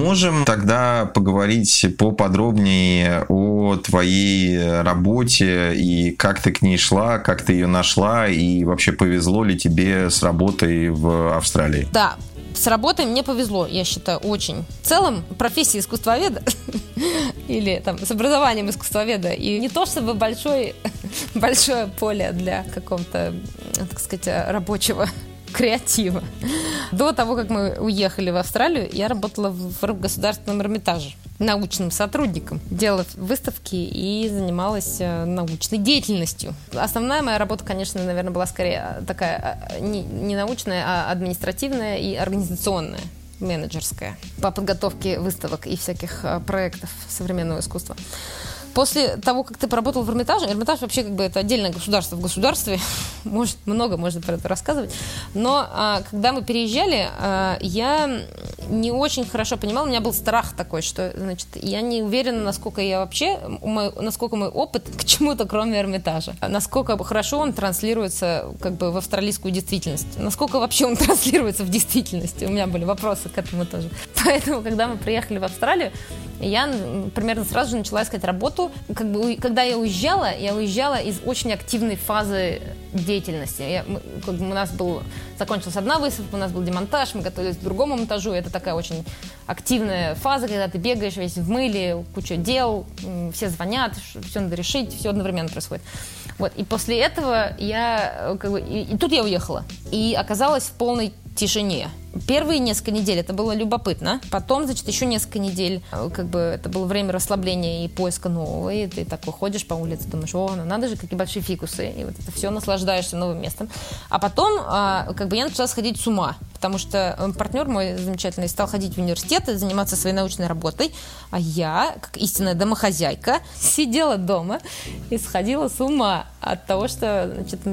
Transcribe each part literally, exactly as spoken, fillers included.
можем тогда поговорить поподробнее о твоей работе и как ты к ней шла, как ты ее нашла и вообще повезло ли тебе с работой в Австралии? Да. С работой мне повезло, я считаю, очень. В целом, профессия искусствоведа или там с образованием искусствоведа и не то чтобы большой, большое поле для какого-то, так сказать, рабочего креатива. До того, как мы уехали в Австралию, я работала в Государственном Эрмитаже научным сотрудником, делала выставки и занималась научной деятельностью. Основная моя работа, конечно, наверное, была скорее такая не, не научная, а административная и организационная, менеджерская, по подготовке выставок и всяких проектов современного искусства. После того, как ты поработал в Эрмитаже, Эрмитаж вообще как бы это отдельное государство в государстве, может, много можно про это рассказывать, но а, когда мы переезжали, а, я не очень хорошо понимала, у меня был страх такой, что, значит, я не уверена, насколько я вообще, мой, насколько мой опыт к чему-то, кроме Эрмитажа, насколько хорошо он транслируется как бы в австралийскую действительность, насколько вообще он транслируется в действительности, у меня были вопросы к этому тоже. Поэтому, когда мы приехали в Австралию, я примерно сразу же начала искать работу. Как бы, когда я уезжала, я уезжала из очень активной фазы деятельности. Я, мы, как бы у нас был, закончилась одна выставка, у нас был демонтаж, мы готовились к другому монтажу. Это такая очень активная фаза, когда ты бегаешь весь в мыле, куча дел, все звонят, все надо решить, все одновременно происходит. Вот. И после этого я, как бы, и, и тут я уехала. И оказалась в полной тишине. Первые несколько недель это было любопытно. Потом, значит, еще несколько недель, как бы это было время расслабления и поиска нового. И ты такой ходишь по улице, думаешь, о, ну надо же, какие большие фикусы. И вот это все, наслаждаешься новым местом. А потом, как бы я начала сходить с ума. Потому что партнер мой замечательный стал ходить в университет и заниматься своей научной работой. А я, как истинная домохозяйка, сидела дома и сходила с ума от того, что, значит,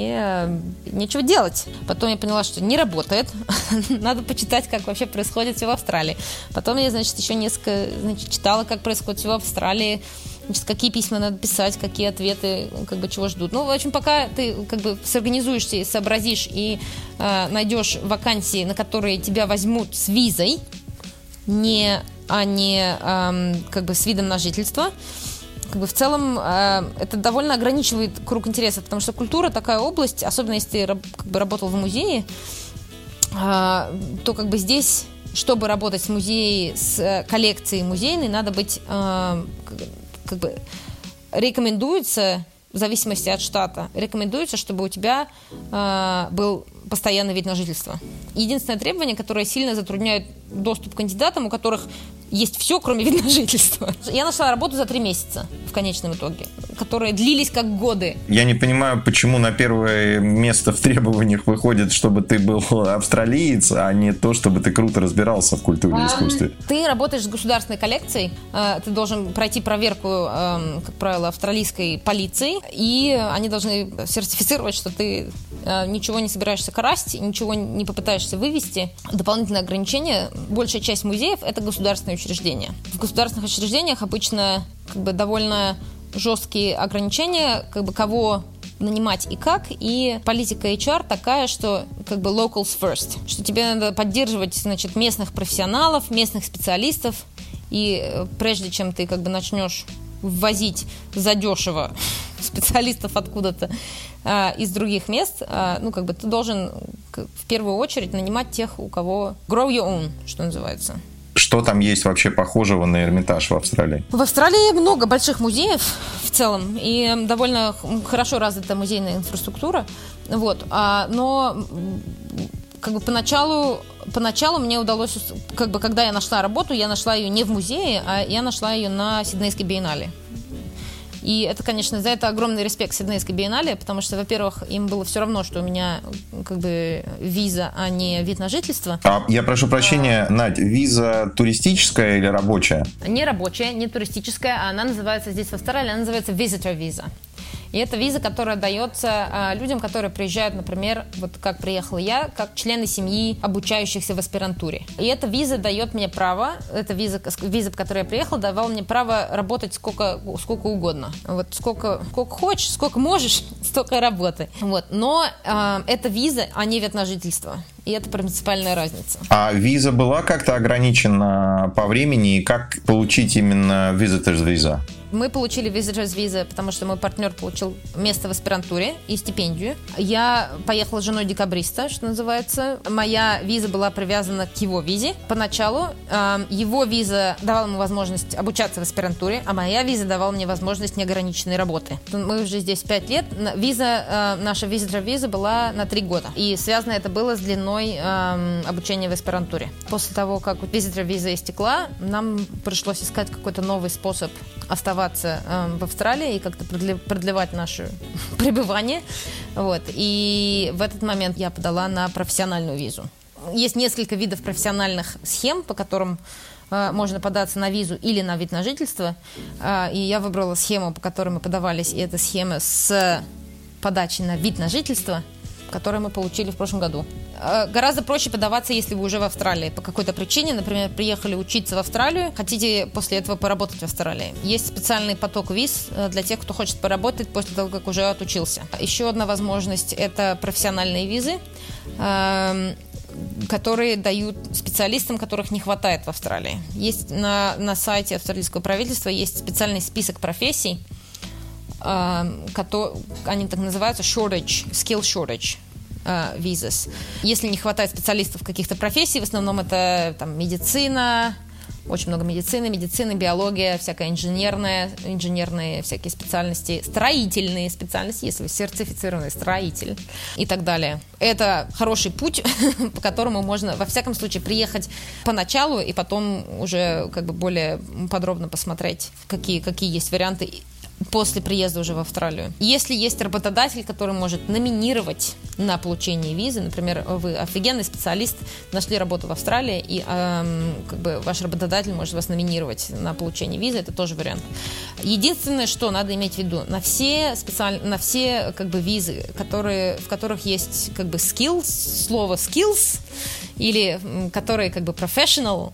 мне нечего делать. Потом я поняла, что не работает. Надо почитать, как вообще происходит все в Австралии. Потом я, значит, еще несколько, значит, читала, как происходит все в Австралии. Значит, какие письма надо писать, какие ответы, как бы, чего ждут. Ну, в общем, пока ты, как бы, сорганизуешься и сообразишь и э, найдешь вакансии, на которые тебя возьмут с визой, не, а не э, как бы с видом на жительство, как бы в целом э, это довольно ограничивает круг интересов, потому что культура такая область, особенно если ты как бы работал в музее, э, то как бы здесь, чтобы работать с музеем, с коллекцией музейной, надо быть... Э, как бы рекомендуется, в зависимости от штата, рекомендуется, чтобы у тебя э, был постоянный вид на жительство. Единственное требование, которое сильно затрудняет доступ к кандидатам, у которых есть все, кроме вида на жительство. Я нашла работу за три месяца в конечном итоге, которые длились как годы. Я не понимаю, почему на первое место в требованиях выходит, чтобы ты был австралиец, а не то, чтобы ты круто разбирался в культуре и искусстве. Ты работаешь с государственной коллекцией, ты должен пройти проверку, как правило, австралийской полиции, и они должны сертифицировать, что ты ничего не собираешься красть, ничего не попытаешься вывести. Дополнительное ограничение. Большая часть музеев – это государственные учреждения. В государственных учреждениях обычно как бы довольно жесткие ограничения, как бы кого нанимать и как, и политика эйч ар такая, что как бы locals first, что тебе надо поддерживать, значит, местных профессионалов, местных специалистов, и прежде чем ты как бы начнешь ввозить задешево специалистов откуда-то а, из других мест, а, ну, как бы ты должен в первую очередь нанимать тех, у кого grow your own, что называется. Что там есть вообще похожего на Эрмитаж в Австралии? В Австралии много больших музеев в целом, и довольно хорошо развита музейная инфраструктура, вот, а, но как бы поначалу, поначалу мне удалось, как бы, когда я нашла работу, я нашла ее не в музее, а я нашла ее на Сиднейской биеннале. И это, конечно, за это огромный респект Сиднейской биеннале, потому что, во-первых, им было все равно, что у меня как бы виза, а не вид на жительство. А, я прошу прощения, а... Надь, виза туристическая или рабочая? Не рабочая, не туристическая, а она называется здесь в Австралии, она называется visitor visa. И это виза, которая дается а, людям, которые приезжают, например, вот как приехала я, как члены семьи, обучающихся в аспирантуре. И эта виза дает мне право, эта виза, виза, по которой я приехала, давала мне право работать сколько, сколько угодно. Вот сколько, сколько хочешь, сколько можешь, столько и работай. Вот. Но а, это виза, а не вид на жительство. И это принципиальная разница. А виза была как-то ограничена по времени? И как получить именно visitor's visa? Мы получили visitor's visa, потому что мой партнер получил место в аспирантуре и стипендию. Я поехала с женой декабриста, что называется. Моя виза была привязана к его визе. Поначалу э, его виза давала ему возможность обучаться в аспирантуре, а моя виза давала мне возможность неограниченной работы. Мы уже здесь пять лет. Виза, э, наша visitor виза была на три года. И связано это было с длиной э, обучения в аспирантуре. После того, как visitor виза истекла, нам пришлось искать какой-то новый способ оставаться в Австралии и как-то продлевать наше пребывание. Вот. И в этот момент я подала на профессиональную визу. Есть несколько видов профессиональных схем, по которым э, можно податься на визу или на вид на жительство. Э, и я выбрала схему, по которой мы подавались, и это схема с подачей на вид на жительство, который мы получили в прошлом году. Гораздо проще подаваться, если вы уже в Австралии. По какой-то причине, например, приехали учиться в Австралию, хотите после этого поработать в Австралии. Есть специальный поток виз для тех, кто хочет поработать после того, как уже отучился. Еще одна возможность – это профессиональные визы, которые дают специалистам, которых не хватает в Австралии. Есть на, на сайте австралийского правительства есть специальный список профессий, которые, они так называются shortage, skill shortage visas. Если не хватает специалистов каких-то профессий, в основном это там, медицина, очень много медицины, медицина, биология, всякая инженерная, инженерные всякие специальности, строительные специальности, если вы сертифицированный строитель и так далее. Это хороший путь, по которому можно, во всяком случае, приехать поначалу и потом уже как бы более подробно посмотреть, какие, какие есть варианты после приезда уже в Австралию. Если есть работодатель, который может номинировать на получение визы, например, вы офигенный специалист, нашли работу в Австралии, и эм, как бы ваш работодатель может вас номинировать на получение визы, это тоже вариант. Единственное, что надо иметь в виду, на все, специаль... на все как бы, визы, которые, в которых есть как бы skills, слово skills, или которые как бы professional,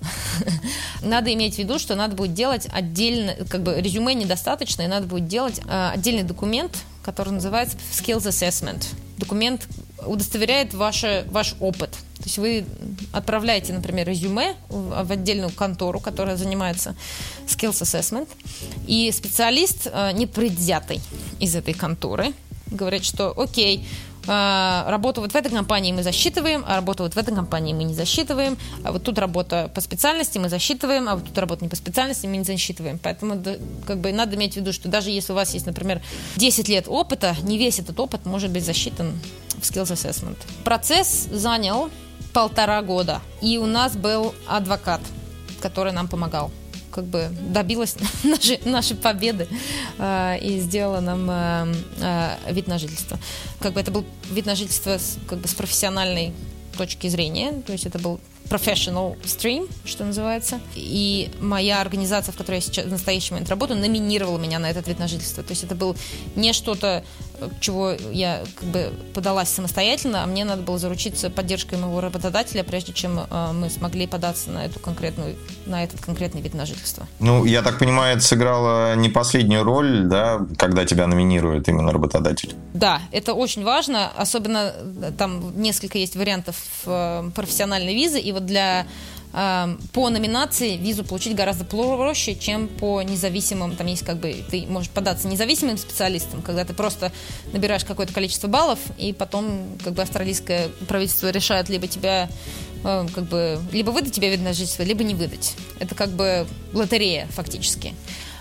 надо иметь в виду, что надо будет делать отдельно, как бы резюме недостаточно, и надо будет делать э, отдельный документ, который называется skills assessment. Документ удостоверяет ваше, ваш опыт. То есть вы отправляете, например, резюме в, в отдельную контору, которая занимается skills assessment, и специалист, э, непредвзятый из этой конторы, говорит, что окей, работу вот в этой компании мы засчитываем, а работу вот в этой компании мы не засчитываем, а вот тут работа по специальности мы засчитываем, а вот тут работа не по специальности мы не засчитываем. Поэтому как бы надо иметь в виду, что даже если у вас есть, например, десять лет опыта, не весь этот опыт может быть засчитан в Skills Assessment. Процесс занял полтора года, и у нас был адвокат, который нам помогал. Как бы добилась нашей, нашей победы э, и сделала нам э, э, вид на жительство. Как бы это был вид на жительство с, как бы с профессиональной точки зрения, то есть это был professional stream, что называется. И моя организация, в которой я сейчас в настоящий момент работаю, номинировала меня на этот вид на жительство. То есть это было не что-то, чего я как бы подалась самостоятельно, а мне надо было заручиться поддержкой моего работодателя, прежде чем э, мы смогли податься на эту конкретную, на этот конкретный вид на жительство. Ну, я так понимаю, это сыграло не последнюю роль, да, когда тебя номинирует именно работодатель? Да, это очень важно, особенно там несколько есть вариантов э, профессиональной визы, и вот для э, по номинации визу получить гораздо проще, чем по независимым, там есть как бы, ты можешь податься независимым специалистом, когда ты просто набираешь какое-то количество баллов, и потом как бы австралийское правительство решает либо тебя э, как бы, либо выдать тебе вид на жительство, либо не выдать. Это как бы лотерея фактически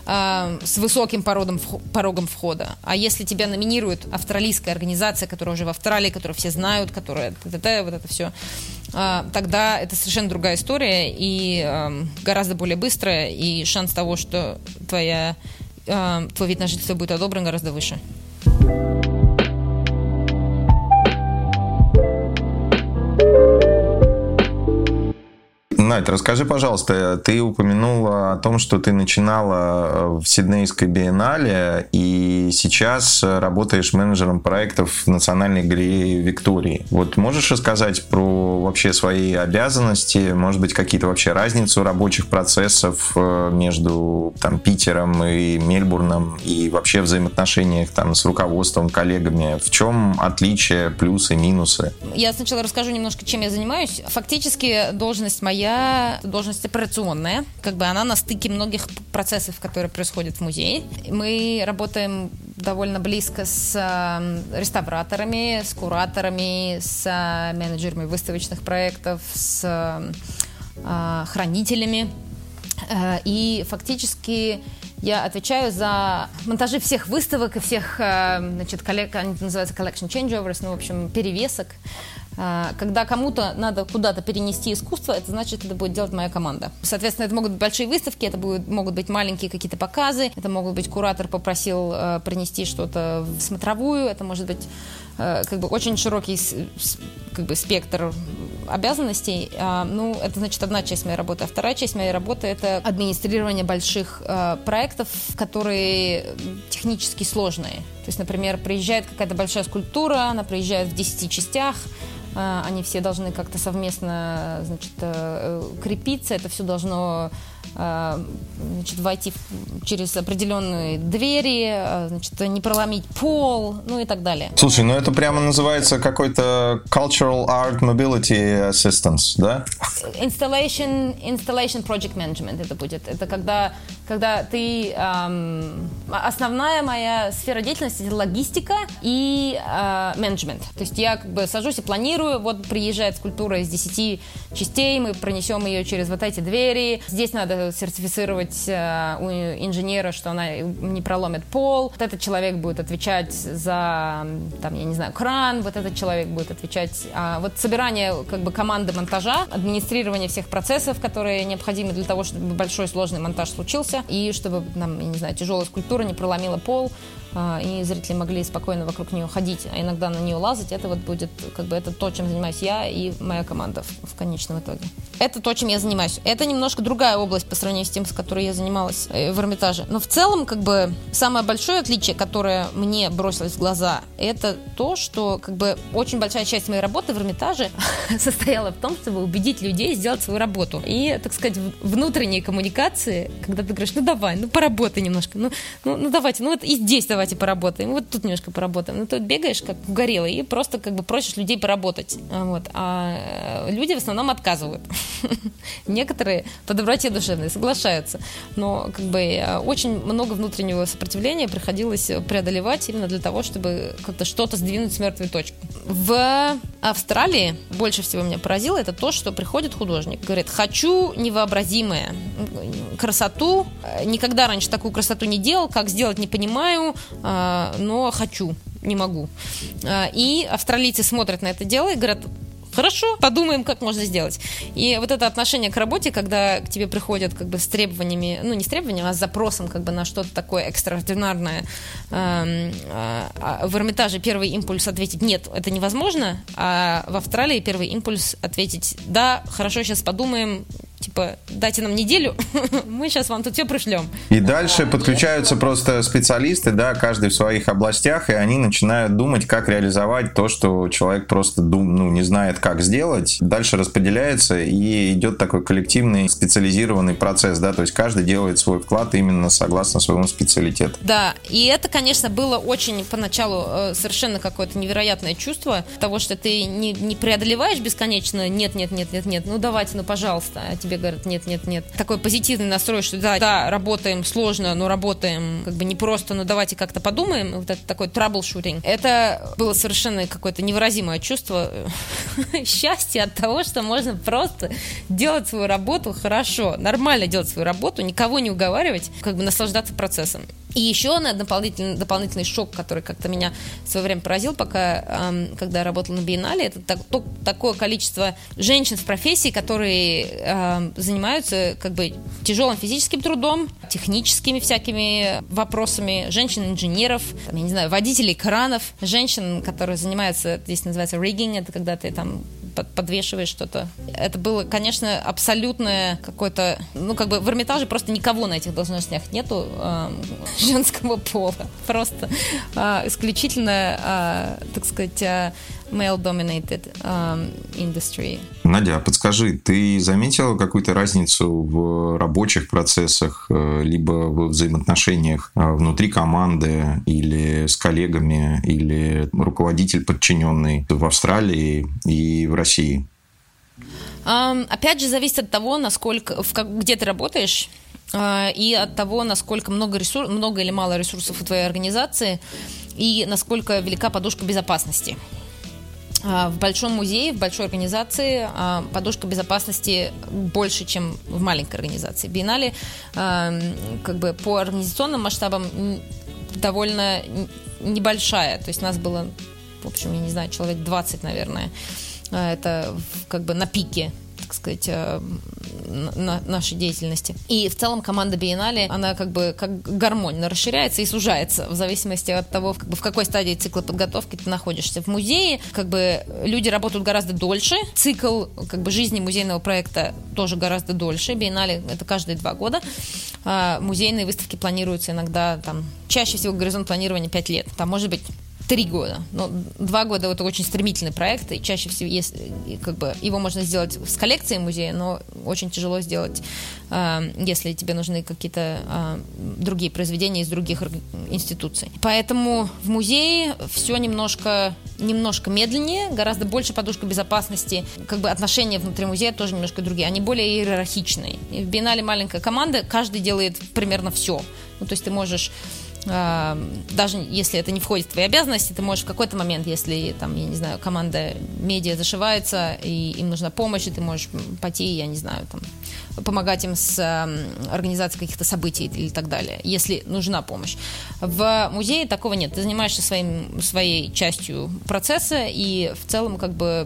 с высоким порогом, порогом входа. А если тебя номинирует австралийская организация, которая уже в Австралии, которую все знают, которая вот это все, тогда это совершенно другая история и гораздо более быстрая, и шанс того, что твоя, твой вид на жительство будет одобрен, гораздо выше. Надь, расскажи, пожалуйста, ты упомянула о том, что ты начинала в Сиднейской биеннале и сейчас работаешь менеджером проектов в Национальной галерее Виктории. Вот можешь рассказать про вообще свои обязанности, может быть, какие-то вообще разницу рабочих процессов между там, Питером и Мельбурном и вообще взаимоотношениях там, с руководством, коллегами? В чем отличие, плюсы, минусы? Я сначала расскажу немножко, чем я занимаюсь. Фактически должность моя, должность операционная. Как бы она на стыке многих процессов, которые происходят в музее. Мы работаем довольно близко с реставраторами, с кураторами, с менеджерами выставочных проектов, с хранителями. И фактически я отвечаю за монтажи всех выставок и всех, значит, коллек, они называются collection changeovers, ну, в общем, перевесок. Когда кому-то надо куда-то перенести искусство, это значит, это будет делать моя команда. Соответственно, это могут быть большие выставки, это будут, могут быть маленькие какие-то показы, это могут быть куратор попросил э, принести что-то в смотровую, это может быть э, как бы очень широкий как бы, спектр обязанностей. А, ну, это значит одна часть моей работы. А вторая часть моей работы – это администрирование больших э, проектов, которые технически сложные. То есть, например, приезжает какая-то большая скульптура, она приезжает в десяти частях, они все должны как-то совместно, значит, крепиться, это все должно, значит, войти через определенные двери, значит, не проломить пол, ну и так далее. Слушай, ну это прямо называется какой-то Cultural Art Mobility Assistance, да? Installation, installation Project Management это будет. Это когда, когда ты... Эм, основная моя сфера деятельности – это логистика и э, менеджмент. То есть я как бы сажусь и планирую, вот приезжает скульптура из десяти частей, мы пронесем ее через вот эти двери. Здесь надо сертифицировать э, у инженера, что она не проломит пол. Вот этот человек будет отвечать за, там, я не знаю, кран, вот этот человек будет отвечать. А вот собирание как бы команды монтажа, администрирование всех процессов, которые необходимы для того, чтобы большой сложный монтаж случился, и чтобы, там, я не знаю, тяжелая скульптура не проломила пол, и зрители могли спокойно вокруг нее ходить, а иногда на нее лазать. Это вот будет, как бы, это то, чем занимаюсь я и моя команда в, в конечном итоге. Это то, чем я занимаюсь. Это немножко другая область по сравнению с тем, с которой я занималась в Эрмитаже. Но в целом, как бы, самое большое отличие, которое мне бросилось в глаза, это то, что, как бы, очень большая часть моей работы в Эрмитаже состояла в том, чтобы убедить людей сделать свою работу. И, так сказать, внутренние коммуникации, когда ты говоришь, ну давай, ну поработай немножко, ну, ну, ну давайте, ну вот и здесь давай. Давайте поработаем, вот тут немножко поработаем. Ну, тут бегаешь как угорелый и просто как бы просишь людей поработать. Вот. А люди в основном отказывают. Некоторые по доброте душевной соглашаются. Но как бы очень много внутреннего сопротивления приходилось преодолевать именно для того, чтобы как-то что-то сдвинуть с мертвой точки. В Австралии больше всего меня поразило это то, что приходит художник, говорит, хочу невообразимое, красоту, никогда раньше такую красоту не делал, как сделать не понимаю, но хочу, не могу. И австралийцы смотрят на это дело и говорят, хорошо, подумаем, как можно сделать. И вот это отношение к работе, когда к тебе приходят как бы с требованиями, ну не с требованиями, а с запросом как бы на что-то такое экстраординарное. В Эрмитаже первый импульс ответить нет, это невозможно, а в Австралии первый импульс ответить да, хорошо, сейчас подумаем, типа, дайте нам неделю, мы сейчас вам тут все пришлем. И дальше подключаются просто специалисты, да, каждый в своих областях, и они начинают думать, как реализовать то, что человек просто дум, ну, не знает, как сделать. Дальше распределяется, и идет такой коллективный специализированный процесс, да, то есть каждый делает свой вклад именно согласно своему специалитету. Да, и это, конечно, было очень поначалу совершенно какое-то невероятное чувство того, что ты не, не преодолеваешь бесконечно нет, нет, нет, нет, нет, ну давайте, ну пожалуйста, а тебе говорят нет, нет, нет. Такой позитивный настрой, что да, да, работаем сложно, но работаем как бы не просто, но давайте как-то подумаем. Вот это такой troubleshooting. Это было совершенно какое-то невыразимое чувство счастья от того, что можно просто делать свою работу хорошо, нормально делать свою работу, никого не уговаривать, как бы наслаждаться процессом. И еще на дополнительный, дополнительный шок, который как-то меня в свое время поразил, пока, эм, когда я работала на биеннале, это так, то, такое количество женщин в профессии, которые эм, занимаются как бы тяжелым физическим трудом, техническими всякими вопросами, женщин-инженеров, там, я не знаю, водителей кранов, женщин, которые занимаются, здесь называется rigging, это когда ты там подвешиваешь что-то. Это было, конечно, абсолютное какое-то... Ну, как бы в Эрмитаже просто никого на этих должностях нету э, женского пола. Просто э, исключительно, э, так сказать, э, male-dominated um, industry. Надя, подскажи, ты заметила какую-то разницу в рабочих процессах, либо в взаимоотношениях внутри команды или с коллегами, или руководитель подчиненный в Австралии и в России? Um, опять же, зависит от того, насколько, в, как, где ты работаешь, uh, и от того, насколько много, ресурс, много или мало ресурсов у твоей организации, и насколько велика подушка безопасности. В большом музее, в большой организации подушка безопасности больше, чем в маленькой организации. Биеннале как бы по организационным масштабам довольно небольшая. То есть нас было, в общем, я не знаю, человек двадцать, наверное. Это как бы на пике, так сказать, на нашей деятельности. И в целом команда Биеннале, она как бы как гармонично расширяется и сужается в зависимости от того, как бы, в какой стадии цикла подготовки ты находишься. В музее как бы люди работают гораздо дольше, цикл как бы жизни музейного проекта тоже гораздо дольше. Биеннале это каждые два года. А музейные выставки планируются иногда там, чаще всего горизонт планирования пять лет. Там может быть Три года. Но два года это очень стремительный проект, и чаще всего если, как бы, его можно сделать с коллекцией музея, но очень тяжело сделать, э, если тебе нужны какие-то э, другие произведения из других институций. Поэтому в музее все немножко, немножко медленнее, гораздо больше подушка безопасности, как бы отношения внутри музея тоже немножко другие, они более иерархичные. И в Биеннале маленькая команда, каждый делает примерно все. Ну, то есть ты можешь даже если это не входит в твои обязанности, ты можешь в какой-то момент, если там, я не знаю, команда медиа зашивается и им нужна помощь, и ты можешь пойти, я не знаю, там, помогать им с организацией каких-то событий и так далее, если нужна помощь. В музее такого нет. Ты занимаешься своим, своей частью процесса, и в целом как бы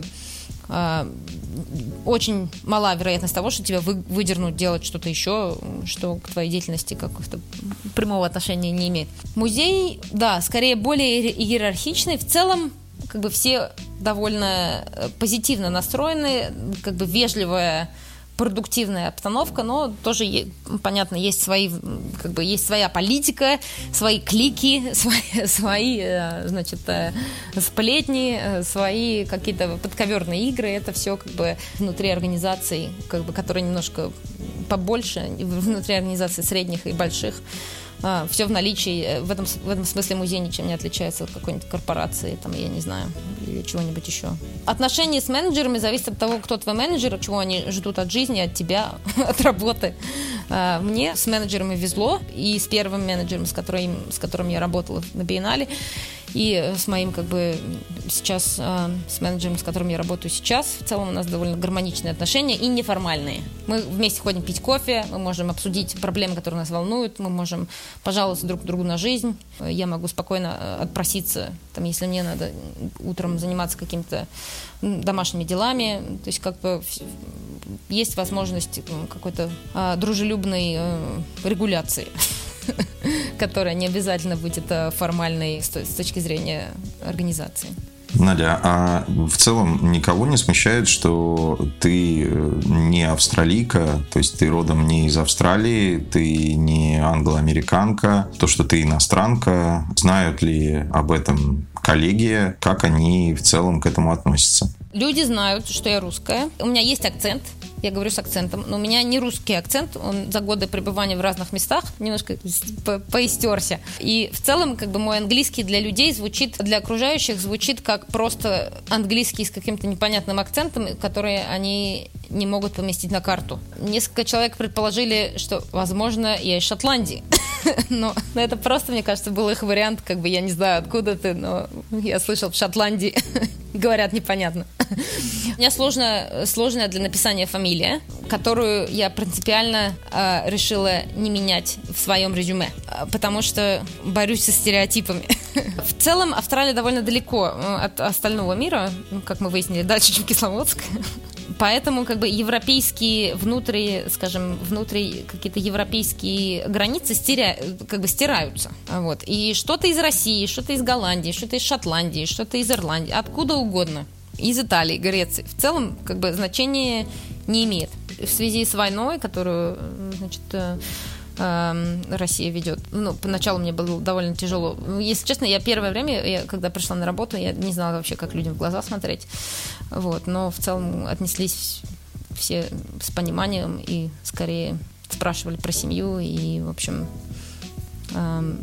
очень мала вероятность того, что тебя вы, выдернут делать что-то еще, что к твоей деятельности какого-то прямого отношения не имеет. Музей, да, скорее более иерархичный. В целом, как бы все довольно позитивно настроены, как бы вежливая, продуктивная обстановка, но тоже, понятно, есть свои, как бы, есть своя политика, свои клики, свои, свои значит, сплетни, свои какие-то подковерные игры. Это все как бы внутри организаций, как бы, которые немножко побольше, внутри организаций средних и больших. А, все в наличии. В этом, в этом смысле музей ничем не отличается от какой-нибудь корпорации, там, я не знаю, или чего-нибудь еще. Отношения с менеджерами зависят от того, кто твой менеджер, чего они ждут от жизни, от тебя, от работы. А, мне с менеджерами везло, и с первым менеджером, с которым, с которым я работала на Биеннале, и с моим, как бы, сейчас, э, с менеджером, с которым я работаю сейчас, в целом у нас довольно гармоничные отношения и неформальные. Мы вместе ходим пить кофе, мы можем обсудить проблемы, которые нас волнуют, мы можем пожаловаться друг другу на жизнь. Я могу спокойно отпроситься, там, если мне надо утром заниматься какими-то домашними делами. То есть, как бы, есть возможность какой-то э, дружелюбной э, регуляции, которая не обязательно будет формальной с точки зрения организации. Надя, а в целом никого не смущает, что ты не австралийка, то есть ты родом не из Австралии, ты не англоамериканка, то, что ты иностранка? Знают ли об этом коллеги, как они в целом к этому относятся? Люди знают, что я русская. У меня есть акцент. Я говорю с акцентом, но у меня не русский акцент, он за годы пребывания в разных местах немножко по- поистерся. И в целом, как бы, мой английский для людей звучит, для окружающих звучит как просто английский с каким-то непонятным акцентом, который они не могут поместить на карту. Несколько человек предположили, что, возможно, я из Шотландии. Но это просто, мне кажется, был их вариант, как бы, я не знаю, откуда ты, но я слышал, в Шотландии говорят непонятно. У меня сложная, сложная для написания фамилия, которую я принципиально э, решила не менять в своем резюме, потому что борюсь со стереотипами. В целом, Австралия довольно далеко от остального мира, как мы выяснили, дальше, чем Кисловодск. Поэтому, как бы, европейские внутри, скажем, внутри какие-то европейские границы стиря, как бы стираются. Вот. И что-то из России, что-то из Голландии, что-то из Шотландии, что-то из Ирландии, откуда угодно. из Италии, Греции, в целом как бы значения не имеет. В связи с войной, которую, значит, Россия ведет. Ну, поначалу мне было довольно тяжело. Если честно, я первое время, я, когда пришла на работу, я не знала вообще, как людям в глаза смотреть. Вот. Но в целом отнеслись все с пониманием и скорее спрашивали про семью. И, в общем, эм,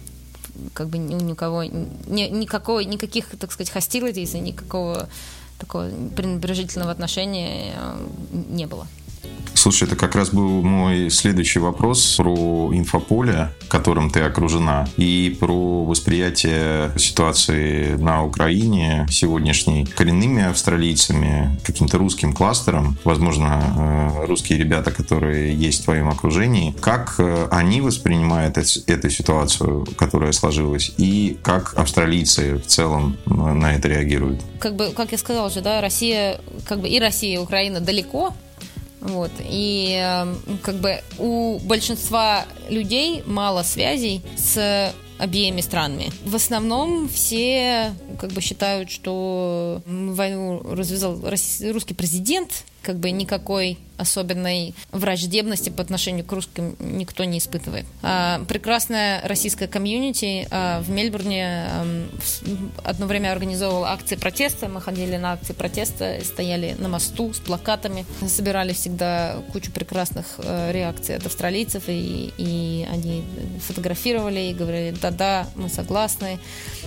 как бы ни, у никого ни, никакого, никаких, так сказать, hostilities и никакого такого пренебрежительного отношения не было. Слушай, это как раз был мой следующий вопрос про инфополе, которым ты окружена, и про восприятие ситуации на Украине сегодняшней коренными австралийцами, каким-то русским кластером, возможно, русские ребята, которые есть в твоем окружении. Как они воспринимают эту ситуацию, которая сложилась, и как австралийцы в целом на это реагируют? Как бы, как я сказала уже, да, Россия, как бы и Россия, и Украина далеко. Вот. И э, как бы у большинства людей мало связей с обеими странами. В основном все как бы считают, что войну развязал русский президент, как бы никакой особенной враждебности по отношению к русским никто не испытывает. А прекрасная российская комьюнити а, в Мельбурне а, одно время организовывала акции протеста. Мы ходили на акции протеста, стояли на мосту с плакатами, собирали всегда кучу прекрасных а, реакций от австралийцев, и, и они фотографировали и говорили: да-да, мы согласны.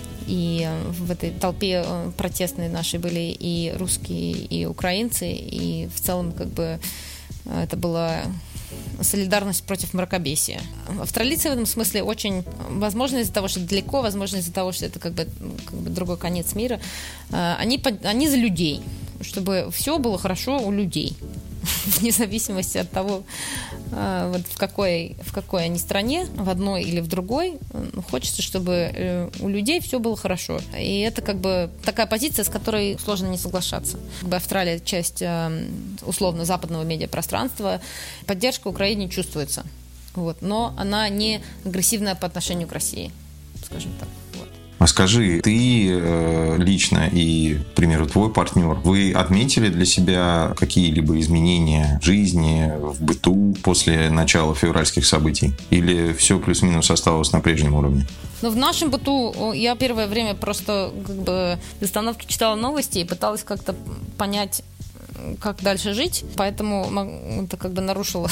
И в этой толпе протестной нашей были и русские, и украинцы, и в целом как бы это была солидарность против мракобесия. Австралийцы в этом смысле очень, возможно, из-за того, что далеко, возможно, из-за того, что это как бы, как бы другой конец мира, они, они за людей, чтобы все было хорошо у людей. Вне зависимости от того, вот в какой, в какой они стране, в одной или в другой, хочется, чтобы у людей все было хорошо. И это как бы такая позиция, с которой сложно не соглашаться. Как бы Австралия — часть условно западного медиапространства, поддержка Украине чувствуется. Вот. Но она не агрессивная по отношению к России, скажем так. Вот. А скажи, ты э, лично и, к примеру, твой партнер, вы отметили для себя какие-либо изменения в жизни, в быту после начала февральских событий? Или все плюс-минус осталось на прежнем уровне? Ну, в нашем быту я первое время просто как бы без остановки читала новости и пыталась как-то понять, как дальше жить, поэтому это как бы нарушило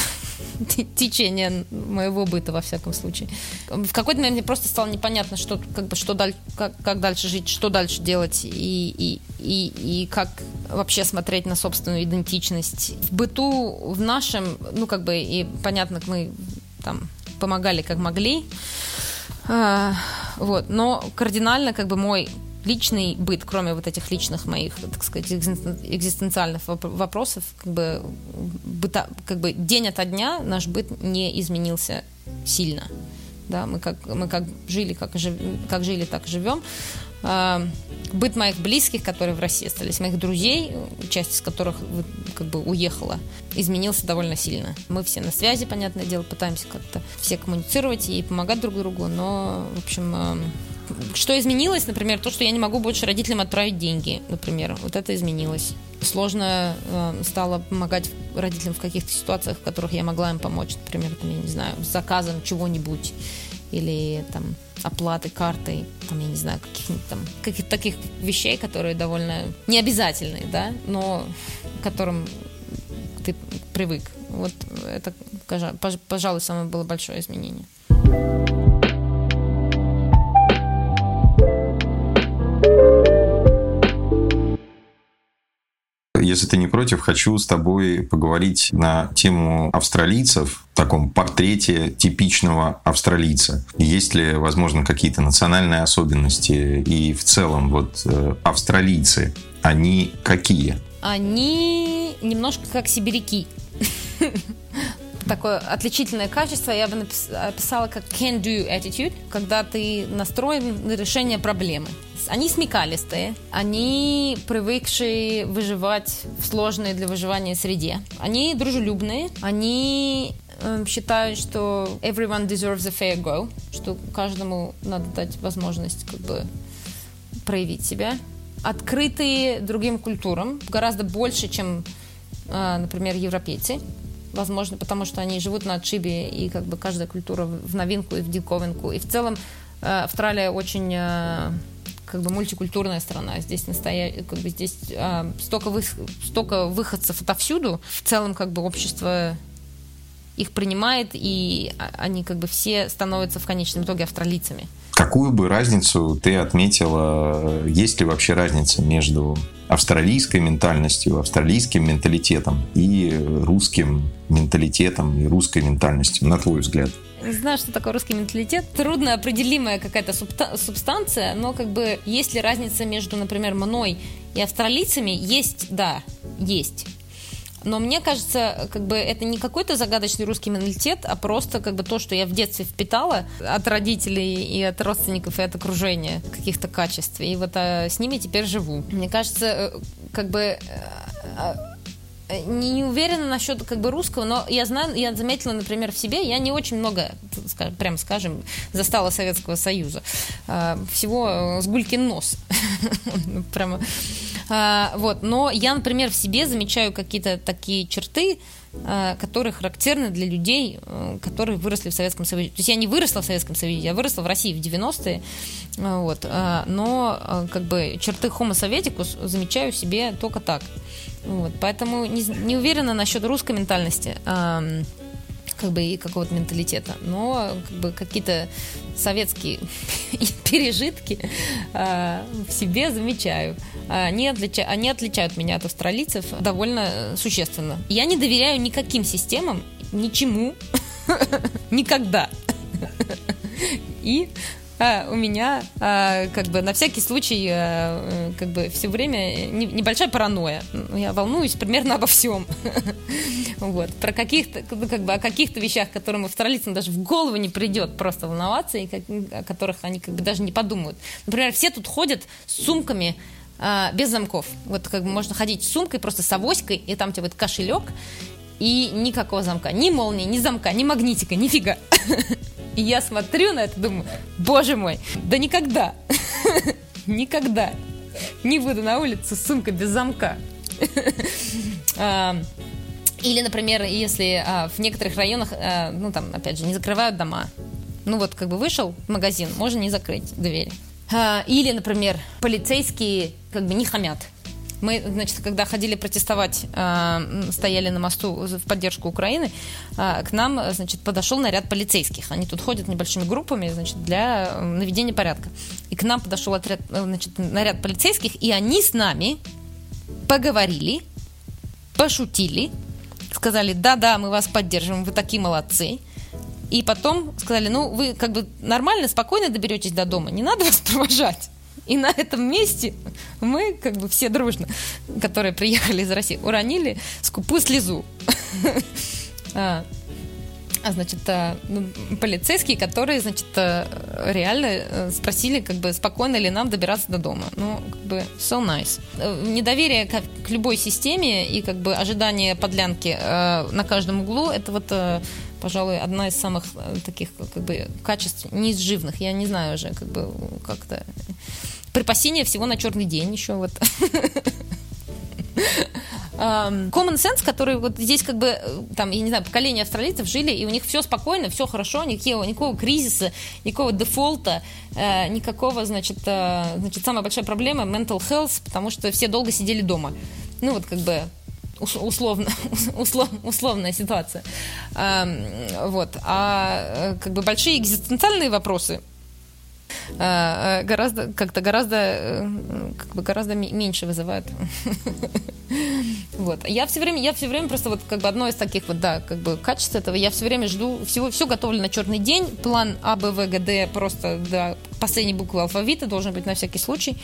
течение моего быта, во всяком случае. В какой-то момент мне просто стало непонятно, что, как бы, что даль, как, как дальше жить, что дальше делать и, и, и, и как вообще смотреть на собственную идентичность. В быту, в нашем, ну, как бы, и понятно, мы там помогали как могли, а, вот, но кардинально, как бы, мой личный быт, кроме вот этих личных моих, так сказать, экзистенциальных вопросов, как бы, быта, как бы день ото дня наш быт не изменился сильно. Да, мы как, мы как жили, как, жив, как жили, так и живем. Быт моих близких, которые в России остались, моих друзей, часть из которых как бы уехала, изменился довольно сильно. Мы все на связи, понятное дело, пытаемся как-то все коммуницировать и помогать друг другу, но, в общем, что изменилось, например, то, что я не могу больше родителям отправить деньги, например, вот это изменилось. Сложно э, стало помогать родителям в каких-то ситуациях, в которых я могла им помочь, например, там, я не знаю, с заказом чего-нибудь или там оплатой картой, там, я не знаю, каких-нибудь там каких-то таких вещей, которые довольно необязательные, да, но к которым ты привык. Вот это, пожалуй, самое было большое изменение. Если ты не против, хочу с тобой поговорить на тему австралийцев, в таком портрете типичного австралийца. Есть ли, возможно, какие-то национальные особенности? И в целом, вот э, австралийцы, они какие? Они немножко как сибиряки. Такое отличительное качество я бы описала как can-do attitude, когда ты настроен на решение проблемы. Они смекалистые, они привыкшие выживать в сложной для выживания среде. Они дружелюбные, они э, считают, что everyone deserves a fair go, что каждому надо дать возможность как бы проявить себя. открытые другим культурам, гораздо больше, чем, например, европейцы. Возможно, потому что они живут на отшибе, и как бы каждая культура в новинку и в диковинку. И в целом Австралия очень как бы мультикультурная страна. Здесь, настоя... как бы здесь столько, вы... столько выходцев отовсюду. В целом как бы общество их принимает, и они как бы все становятся в конечном итоге австралийцами. Какую бы разницу ты отметила, есть ли вообще разница между австралийской ментальностью, австралийским менталитетом и русским менталитетом и русской ментальностью, на твой взгляд? Не знаю, что такое русский менталитет. Трудно определимая какая-то субстанция, но как бы есть ли разница между, например, мной и австралийцами? Есть, да, есть. Но мне кажется, как бы это не какой-то загадочный русский менталитет, а просто как бы то, что я в детстве впитала от родителей и от родственников, и от окружения каких-то качеств. И вот а, с ними теперь живу. Мне кажется, как бы... Не, не уверена насчет как бы русского, но я знаю, я заметила, например, в себе, я не очень много, прямо скажем, застала Советского Союза. Всего с гулькин нос. Прямо. Вот. Но я, например, в себе замечаю какие-то такие черты, которые характерны для людей, которые выросли в Советском Союзе. То есть я не выросла в Советском Союзе, я выросла в России в девяностые, вот. Но как бы черты Homo Sovieticus замечаю в себе только так. Вот, поэтому не, не уверена насчет русской ментальности, э, как бы и какого-то менталитета, но как бы какие-то советские пережитки э, в себе замечаю. Они, отлича, они отличают меня от австралийцев довольно существенно. Я не доверяю никаким системам, ничему, никогда. И А, у меня а, как бы на всякий случай а, как бы все время не, небольшая паранойя. Я волнуюсь примерно обо всем. Вот. Про каких-то, как бы, о каких-то вещах, которым австралийцам даже в голову не придет просто волноваться, и как, о которых они как бы даже не подумают. Например, все тут ходят с сумками а, без замков. Вот как бы можно ходить с сумкой, просто с авоськой, и там у тебя вот кошелек, и никакого замка. Ни молнии, ни замка, ни магнитика, нифига. И я смотрю на это, думаю, боже мой, да никогда, никогда не выйду на улицу с сумкой без замка. Или, например, если в некоторых районах, ну там, опять же, не закрывают дома. Ну вот, как бы вышел в магазин, можно не закрыть дверь. Или, например, полицейские как бы не хамят. Мы, значит, когда ходили протестовать, э, стояли на мосту в поддержку Украины, э, к нам, значит, подошел наряд полицейских. Они тут ходят небольшими группами, значит, для наведения порядка. И к нам подошел отряд, значит, наряд полицейских, и они с нами поговорили, пошутили, сказали, да-да, мы вас поддерживаем, вы такие молодцы. И потом сказали, ну, вы как бы нормально, спокойно доберетесь до дома, не надо вас провожать. И на этом месте мы, как бы все дружно, которые приехали из России, уронили скупую слезу. А, значит, полицейские, которые, значит, реально спросили, как бы, спокойно ли нам добираться до дома. Ну, как бы, so nice. Недоверие к любой системе и, как бы, ожидание подлянки на каждом углу, это вот, пожалуй, одна из самых таких, как бы, качеств неизживных. Я не знаю уже, как бы, как-то... Припасение всего на черный день еще вот. Common sense, который вот здесь как бы, там, я не знаю, поколение австралийцев жили, и у них все спокойно, все хорошо, никакого, никакого кризиса, никакого дефолта, э, никакого, значит, э, значит, самая большая проблема mental health, потому что все долго сидели дома. Ну вот как бы условно, услов, условная ситуация. Э, вот. А как бы большие экзистенциальные вопросы гораздо, как-то гораздо, как бы гораздо меньше вызывают. Вот. Я все время, я все время просто вот как бы одно из таких вот, да, как бы качеств этого, я все время жду, всего, все готовлю на черный день, план А, Б, В, Г, Д просто до последней буквы алфавита должен быть на всякий случай.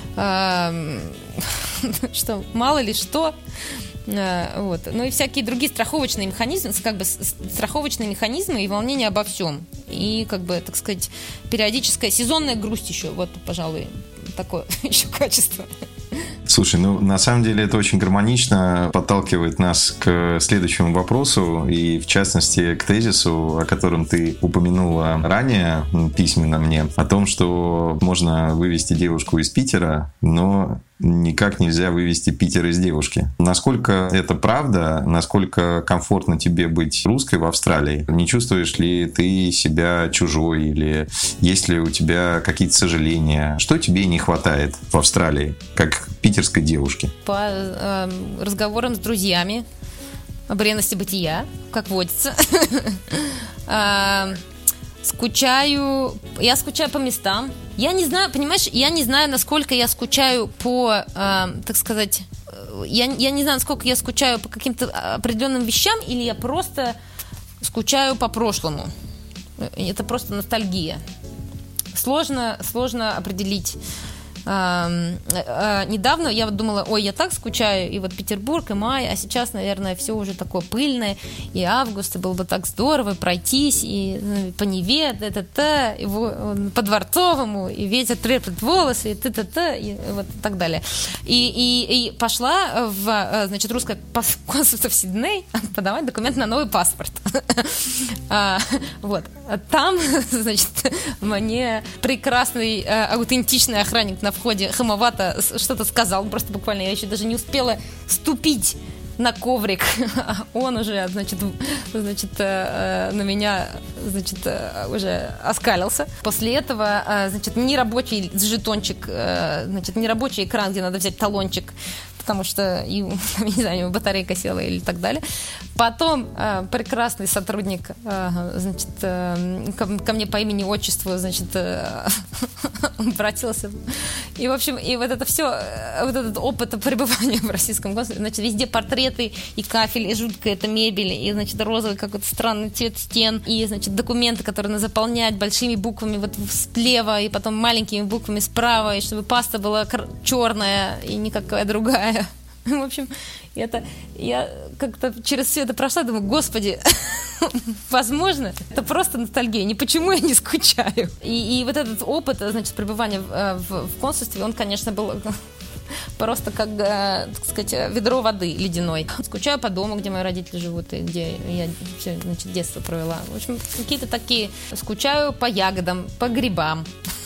Что, мало ли что. Вот. Ну и всякие другие страховочные механизмы, как бы страховочные механизмы и волнение обо всем. И, как бы, так сказать, периодическая сезонная грусть еще. Вот, пожалуй, такое еще качество. Слушай, ну на самом деле это очень гармонично подталкивает нас к следующему вопросу и в частности к тезису, о котором ты упомянула ранее письменно мне, о том, что можно вывести девушку из Питера, но никак нельзя вывести Питер из девушки. Насколько это правда? Насколько комфортно тебе быть русской в Австралии? Не чувствуешь ли ты себя чужой? Или есть ли у тебя какие-то сожаления? Что тебе не хватает в Австралии, как питерской девушке? По э, разговорам с друзьями о бренности бытия, как водится. Скучаю, я скучаю по местам. Я не знаю, понимаешь, я не знаю, насколько я скучаю по, э, так сказать, я, я не знаю, насколько я скучаю по каким-то определенным вещам, или я просто скучаю по прошлому. Это просто ностальгия. Сложно, сложно определить. А, а, недавно я вот думала, ой, я так скучаю, и вот Петербург, и май, а сейчас, наверное, все уже такое пыльное, и август, и было бы так здорово пройтись, и ну, по Неве, т-т-т, и по Дворцовому, и ветер треплет волосы, и т-т-т, и вот так далее. И, и, и пошла в, значит, русское консульство в Сидней подавать документ на новый паспорт. Вот. Там, значит, мне прекрасный, аутентичный охранник на входе хамовато что-то сказал, просто буквально я еще даже не успела ступить на коврик, он уже, значит, значит, на меня, значит, уже оскалился. После этого, значит, нерабочий жетончик, значит, нерабочий экран, где надо взять талончик, потому что, и, не знаю, батарейка села или так далее. Потом э, прекрасный сотрудник, э, значит, э, ко, ко мне по имени-отчеству, значит, э, обратился. И, в общем, и вот это все, вот этот опыт пребывания в российском консульстве, значит, везде портреты, и кафель, и жуткая эта мебель, и, значит, розовый какой-то странный цвет стен, и, значит, документы, которые надо заполнять большими буквами вот слева, и потом маленькими буквами справа, и чтобы паста была черная, и никакая другая. В общем, это я как-то через все это прошла, думаю, господи, возможно, это просто ностальгия, не почему я не скучаю. И, и вот этот опыт, значит, пребывания в, в, в консульстве, он, конечно, был просто как, так сказать, ведро воды ледяной. Скучаю по дому, где мои родители живут, и где я все, значит, детство провела. В общем, какие-то такие. Скучаю по ягодам, по грибам,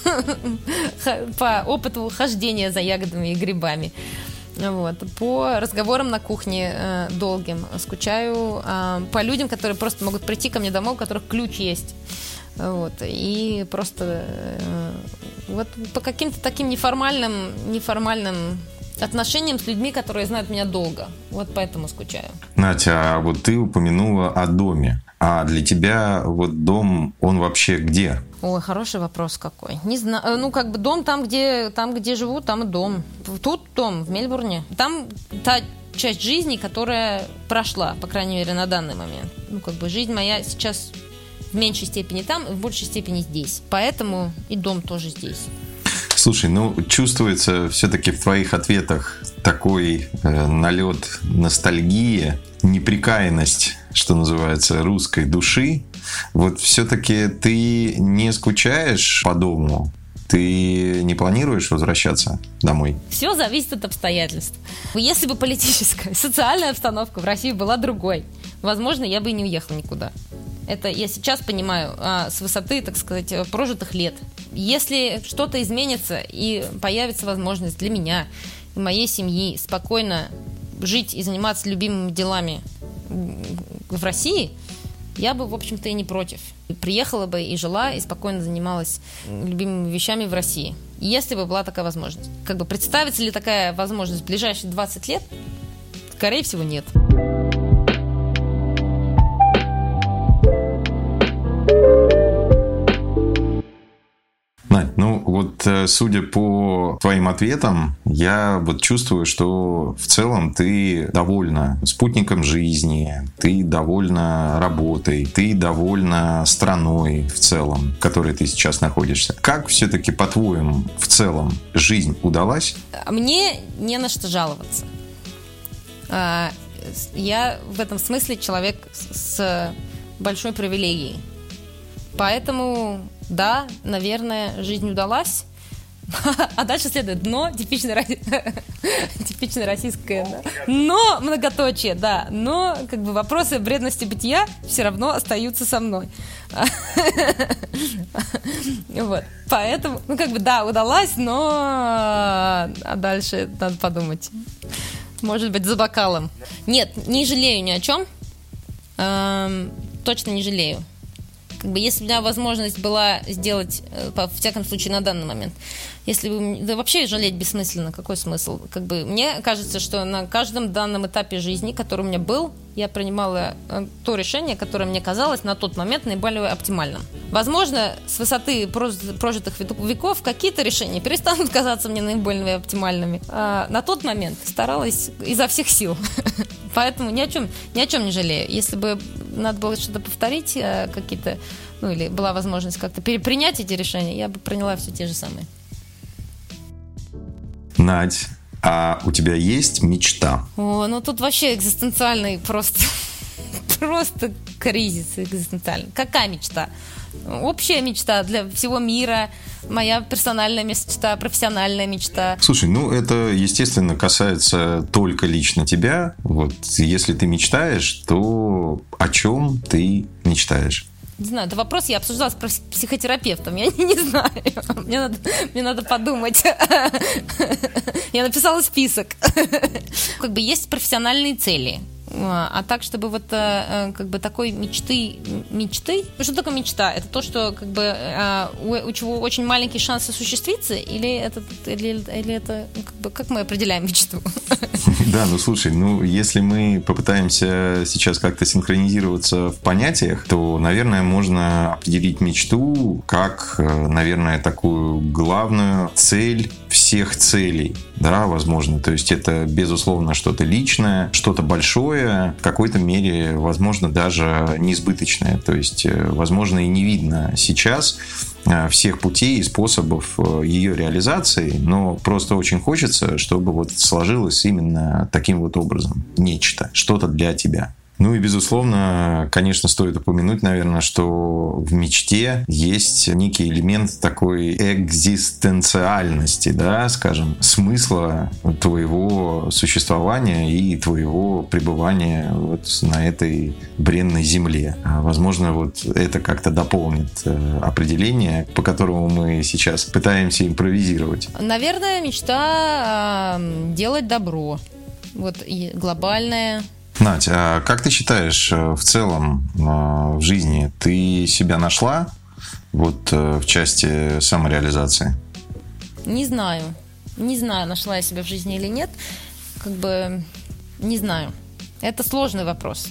по опыту хождения за ягодами и грибами. Вот. По разговорам на кухне э, долгим скучаю, э, по людям, которые просто могут прийти ко мне домой, у которых ключ есть. Вот. И просто э, вот по каким-то таким неформальным, неформальным отношениям с людьми, которые знают меня долго. Вот поэтому скучаю. Натя, а вот ты упомянула о доме. А для тебя вот дом, он вообще где? Ой, хороший вопрос какой. Не знаю, ну как бы дом там, где, там, где живу, там и дом. Тут дом, в Мельбурне. Там та часть жизни, которая прошла, по крайней мере, на данный момент. Ну как бы жизнь моя сейчас в меньшей степени там, в большей степени здесь. Поэтому и дом тоже здесь. Слушай, ну чувствуется все-таки в твоих ответах такой э, налет ностальгии, неприкаянность, что называется, русской души. Вот все-таки ты не скучаешь по дому? Ты не планируешь возвращаться домой? Все зависит от обстоятельств. Если бы политическая, социальная обстановка в России была другой, возможно, я бы и не уехала никуда. Это я сейчас понимаю а, с высоты, так сказать, прожитых лет. Если что-то изменится и появится возможность для меня и моей семьи спокойно жить и заниматься любимыми делами в России, я бы, в общем-то, и не против. Приехала бы и жила, и спокойно занималась любимыми вещами в России. Если бы была такая возможность. Как бы представится ли такая возможность в ближайшие двадцать лет? Скорее всего, нет. Надь, ну вот судя по твоим ответам, я вот чувствую, что в целом ты довольна спутником жизни, ты довольна работой, ты довольна страной в целом, в которой ты сейчас находишься. Как все-таки, по-твоему, в целом жизнь удалась? Мне не на что жаловаться. Я в этом смысле человек с большой привилегией. Поэтому, да, наверное, жизнь удалась. А дальше следует но, типично, типично российское, да. Но, многоточие, да, но как бы вопросы вредности бытия все равно остаются со мной. Вот, поэтому, ну как бы, да, удалась, но а дальше надо подумать. Может быть, за бокалом. Нет, не жалею ни о чем. Эм, точно не жалею. Как бы, если бы у меня возможность была сделать, во всяком случае, на данный момент, если бы, да вообще жалеть бессмысленно, какой смысл? Как бы, мне кажется, что на каждом данном этапе жизни, который у меня был, я принимала то решение, которое мне казалось на тот момент наиболее оптимальным. Возможно, с высоты прожитых веков какие-то решения перестанут казаться мне наиболее оптимальными. А на тот момент старалась изо всех сил. Поэтому ни о чем, ни о чем не жалею. Если бы надо было что-то повторить, какие-то, ну или была возможность как-то перепринять эти решения, я бы приняла все те же самые. Надь, а у тебя есть мечта? О, ну тут вообще экзистенциальный просто, просто кризис экзистенциальный. Какая мечта? Общая мечта для всего мира, моя персональная мечта, профессиональная мечта. Слушай, ну это, естественно, касается только лично тебя. Вот если ты мечтаешь, то о чем ты мечтаешь? Не знаю, это вопрос я обсуждала с психотерапевтом. Я не, не знаю. Мне надо, мне надо подумать. Я написала список. Как бы есть профессиональные цели. А так, чтобы вот как бы такой мечты, мечты, что такое мечта? Это то, что как бы у, у чего очень маленький шанс осуществиться, или это, или, или это как бы как мы определяем мечту? Да, ну слушай, ну если мы попытаемся сейчас как-то синхронизироваться в понятиях, то, наверное, можно определить мечту как, наверное, такую главную цель всех целей, да, возможно. То есть это, безусловно, что-то личное, что-то большое, в какой-то мере, возможно, даже неизбыточное. То есть, возможно, и не видно сейчас всех путей и способов ее реализации, но просто очень хочется, чтобы вот сложилось именно таким вот образом. Нечто, что-то для тебя. Ну и, безусловно, конечно, стоит упомянуть, наверное, что в мечте есть некий элемент такой экзистенциальности, да, скажем, смысла твоего существования и твоего пребывания вот на этой бренной земле. Возможно, вот это как-то дополнит определение, по которому мы сейчас пытаемся импровизировать. Наверное, мечта э, делать добро. Вот и глобальное. Надь, а как ты считаешь, в целом в жизни ты себя нашла вот в части самореализации? Не знаю. Не знаю, нашла я себя в жизни или нет. Как бы не знаю. Это сложный вопрос.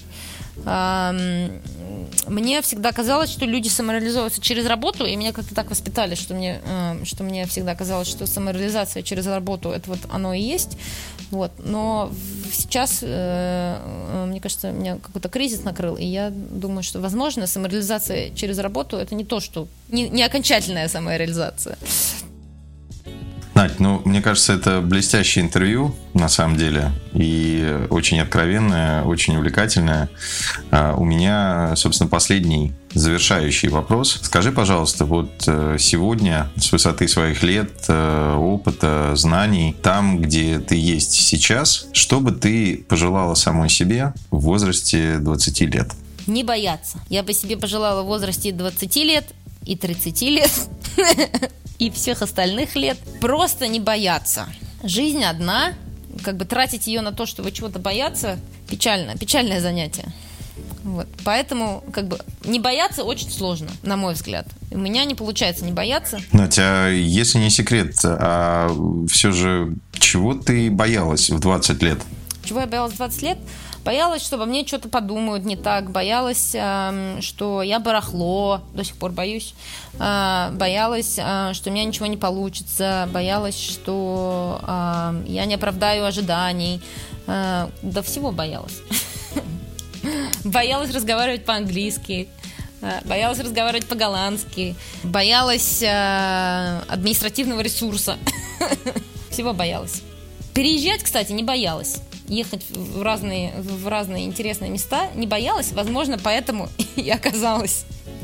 Мне всегда казалось, что люди самореализовываются через работу, и меня как-то так воспитали, что мне, что мне всегда казалось, что самореализация через работу, это вот оно и есть. Вот. Но сейчас, мне кажется, меня какой-то кризис накрыл, и я думаю, что, возможно, самореализация через работу – это не то, что… Не, не окончательная самореализация. Надь, ну, мне кажется, это блестящее интервью, на самом деле, и очень откровенное, очень увлекательное. У меня, собственно, последний завершающий вопрос. Скажи, пожалуйста, вот сегодня с высоты своих лет, опыта, знаний, там, где ты есть сейчас, что бы ты пожелала самой себе в возрасте двадцати лет? Не бояться. Я бы себе пожелала в возрасте двадцати лет и тридцати лет и всех остальных лет просто не бояться. Жизнь одна, как бы тратить ее на то, чтобы чего-то бояться, печально, печальное занятие. Вот. Поэтому как бы не бояться очень сложно, на мой взгляд. У меня не получается не бояться. Надя, а если не секрет, а все же чего ты боялась в двадцать лет? Чего я боялась в двадцать лет? Боялась, что обо мне что-то подумают не так. Боялась, э, что я барахло. До сих пор боюсь. Э, боялась, э, что у меня ничего не получится. Боялась, что э, я не оправдаю ожиданий. Э, до всего боялась. Боялась разговаривать по-английски. Боялась разговаривать по-голландски. Боялась э, административного ресурса. Всего боялась. Переезжать, кстати, не боялась. Ехать в разные, в разные интересные места не боялась. Возможно, поэтому и оказалась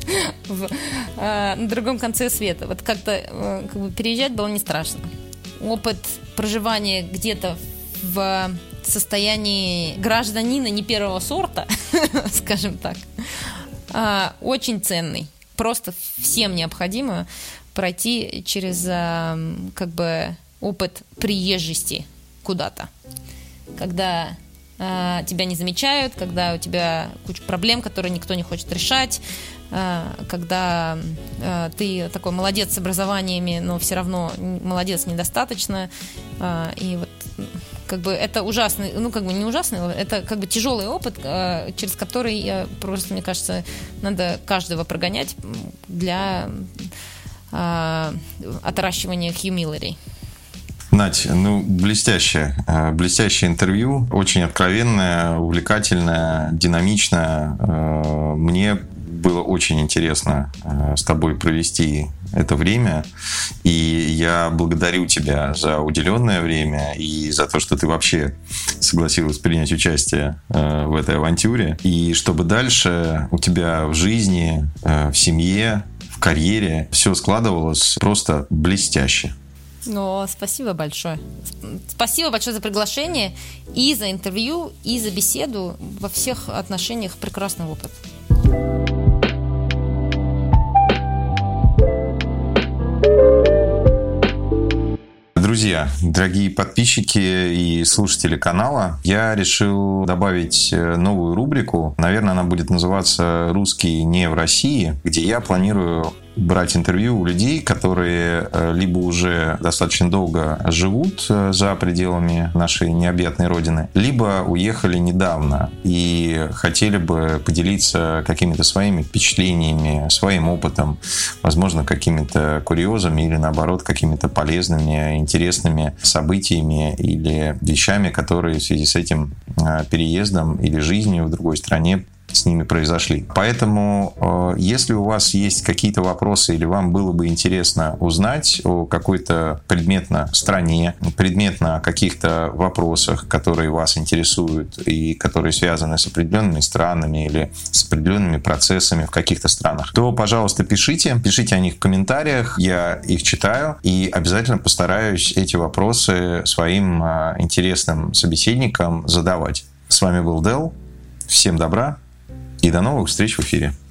в, э, на другом конце света. Вот как-то э, как бы переезжать было не страшно. Опыт проживания где-то в состоянии гражданина не первого сорта, скажем так, э, очень ценный. Просто всем необходимо пройти через э, как бы опыт приезжести куда-то. Когда э, тебя не замечают, когда у тебя куча проблем, которые никто не хочет решать, э, когда э, ты такой молодец с образованиями, но все равно молодец недостаточно. Э, и вот как бы это ужасный, ну как бы не ужасный, это как бы тяжелый опыт, э, через который, э, просто, мне кажется, надо каждого прогонять для э, отращивания humility. Надь, ну, блестящее, блестящее интервью, очень откровенное, увлекательное, динамичное. Мне было очень интересно с тобой провести это время, и я благодарю тебя за уделенное время и за то, что ты вообще согласилась принять участие в этой авантюре, и чтобы дальше у тебя в жизни, в семье, в карьере все складывалось просто блестяще. Ну, спасибо большое. Спасибо большое за приглашение и за интервью, и за беседу. Во всех отношениях прекрасный опыт. Друзья, дорогие подписчики и слушатели канала, я решил добавить новую рубрику. Наверное, она будет называться «Русские не в России», где я планирую брать интервью у людей, которые либо уже достаточно долго живут за пределами нашей необъятной родины, либо уехали недавно и хотели бы поделиться какими-то своими впечатлениями, своим опытом, возможно, какими-то курьезами или, наоборот, какими-то полезными, интересными событиями или вещами, которые в связи с этим переездом или жизнью в другой стране с ними произошли. Поэтому, если у вас есть какие-то вопросы или вам было бы интересно узнать о какой-то предметно стране, предметно о каких-то вопросах, которые вас интересуют и которые связаны с определенными странами или с определенными процессами в каких-то странах, то, пожалуйста, пишите. Пишите о них в комментариях, я их читаю и обязательно постараюсь эти вопросы своим интересным собеседникам задавать. С вами был Дэл. Всем добра. И до новых встреч в эфире.